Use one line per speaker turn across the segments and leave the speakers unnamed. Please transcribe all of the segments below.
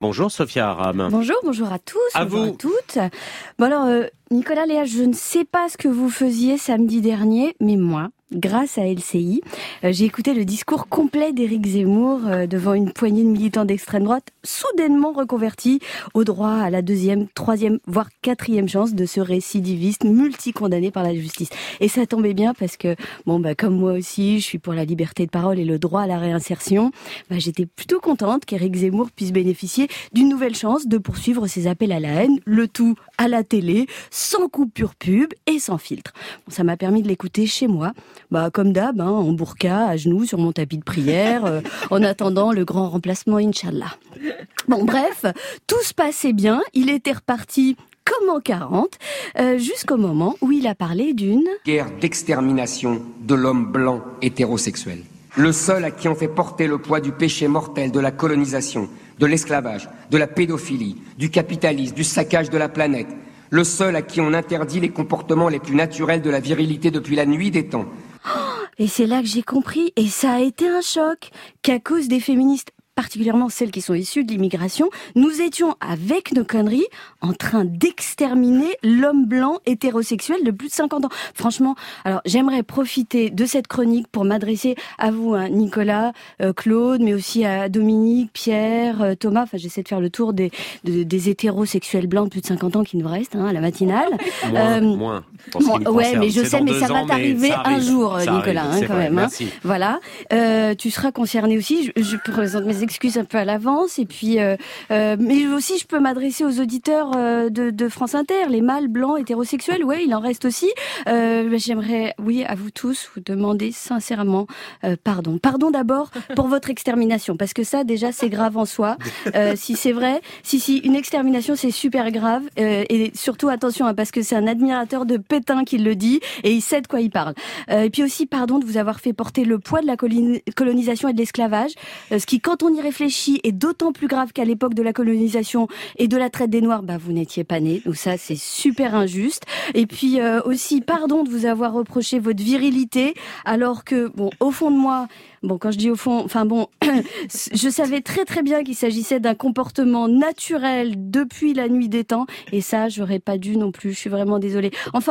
Bonjour Sophia Aram.
Bonjour à tous,
à
toutes. Bon alors, Nicolas, Léa, je ne sais pas ce que vous faisiez samedi dernier, mais moi, grâce à LCI, j'ai écouté le discours complet d'Éric Zemmour devant une poignée de militants d'extrême droite, soudainement reconvertis au droit à la 2e, 3e, voire 4e chance de ce récidiviste multi-condamné par la justice. Et ça tombait bien parce que, comme moi aussi, je suis pour la liberté de parole et le droit à la réinsertion, j'étais plutôt contente qu'Éric Zemmour puisse bénéficier d'une nouvelle chance de poursuivre ses appels à la haine, le tout à la télé, sans coupure pub et sans filtre. Ça m'a permis de l'écouter chez moi, comme d'hab, en burqa, à genoux sur mon tapis de prière, en attendant le grand remplacement, Inch'Allah. Bref, tout se passait bien, il était reparti comme en 40, jusqu'au moment où il a parlé d'une
guerre d'extermination de l'homme blanc hétérosexuel. Le seul à qui on fait porter le poids du péché mortel de la colonisation, de l'esclavage, de la pédophilie, du capitalisme, du saccage de la planète. Le seul à qui on interdit les comportements les plus naturels de la virilité depuis la nuit des temps.
Et c'est là que j'ai compris, et ça a été un choc, qu'à cause des féministes, particulièrement celles qui sont issues de l'immigration, nous étions, avec nos conneries, en train d'exterminer l'homme blanc hétérosexuel de plus de 50 ans. Franchement, alors j'aimerais profiter de cette chronique pour m'adresser à vous, Nicolas, Claude, mais aussi à Dominique, Pierre, Thomas. Enfin, j'essaie de faire le tour des hétérosexuels blancs de plus de 50 ans qui nous restent, à la matinale.
Moins.
Ouais, mais je sais, mais ça va t'arriver un jour, Nicolas,
arrive,
quand
vrai,
même.
Merci.
Voilà. Tu seras concerné aussi. Je présente mes excuses un peu à l'avance, et puis mais aussi je peux m'adresser aux auditeurs de France Inter, les mâles blancs hétérosexuels. Ouais, il en reste aussi. J'aimerais, à vous tous, vous demander sincèrement pardon d'abord pour votre extermination, parce que ça déjà c'est grave en soi. Si c'est vrai, si une extermination c'est super grave, et surtout attention, parce que c'est un admirateur de Pétain qui le dit et il sait de quoi il parle. Et puis aussi pardon de vous avoir fait porter le poids de la colonisation et de l'esclavage, ce qui, quand on y réfléchit, est d'autant plus grave qu'à l'époque de la colonisation et de la traite des Noirs, vous n'étiez pas nés. Donc ça, c'est super injuste. Et puis aussi, pardon de vous avoir reproché votre virilité, alors que, au fond de moi, quand je dis au fond, je savais très très bien qu'il s'agissait d'un comportement naturel depuis la nuit des temps, et ça, j'aurais pas dû non plus. Je suis vraiment désolée.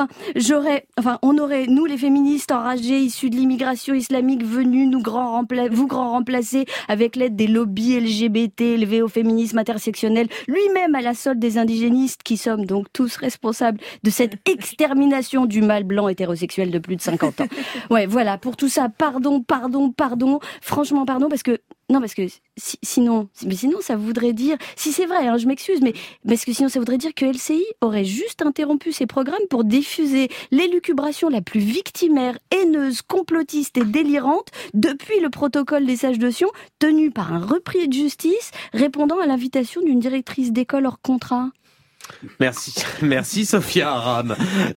On aurait, nous les féministes enragés issus de l'immigration islamique, venus vous grand remplacer avec l'aide des lobbies LGBT, élevés au féminisme intersectionnel, lui-même à la solde des indigénistes, qui sommes donc tous responsables de cette extermination du mâle blanc hétérosexuel de plus de 50 ans. Ouais, voilà, pour tout ça, pardon, franchement pardon, parce que sinon ça voudrait dire, si c'est vrai, je m'excuse, mais parce que sinon ça voudrait dire que LCI aurait juste interrompu ses programmes pour diffuser l'élucubration la plus victimaire, haineuse, complotiste et délirante depuis le protocole des sages de Sion, tenu par un repris de justice répondant à l'invitation d'une directrice d'école hors contrat.
Merci Sophia Aram.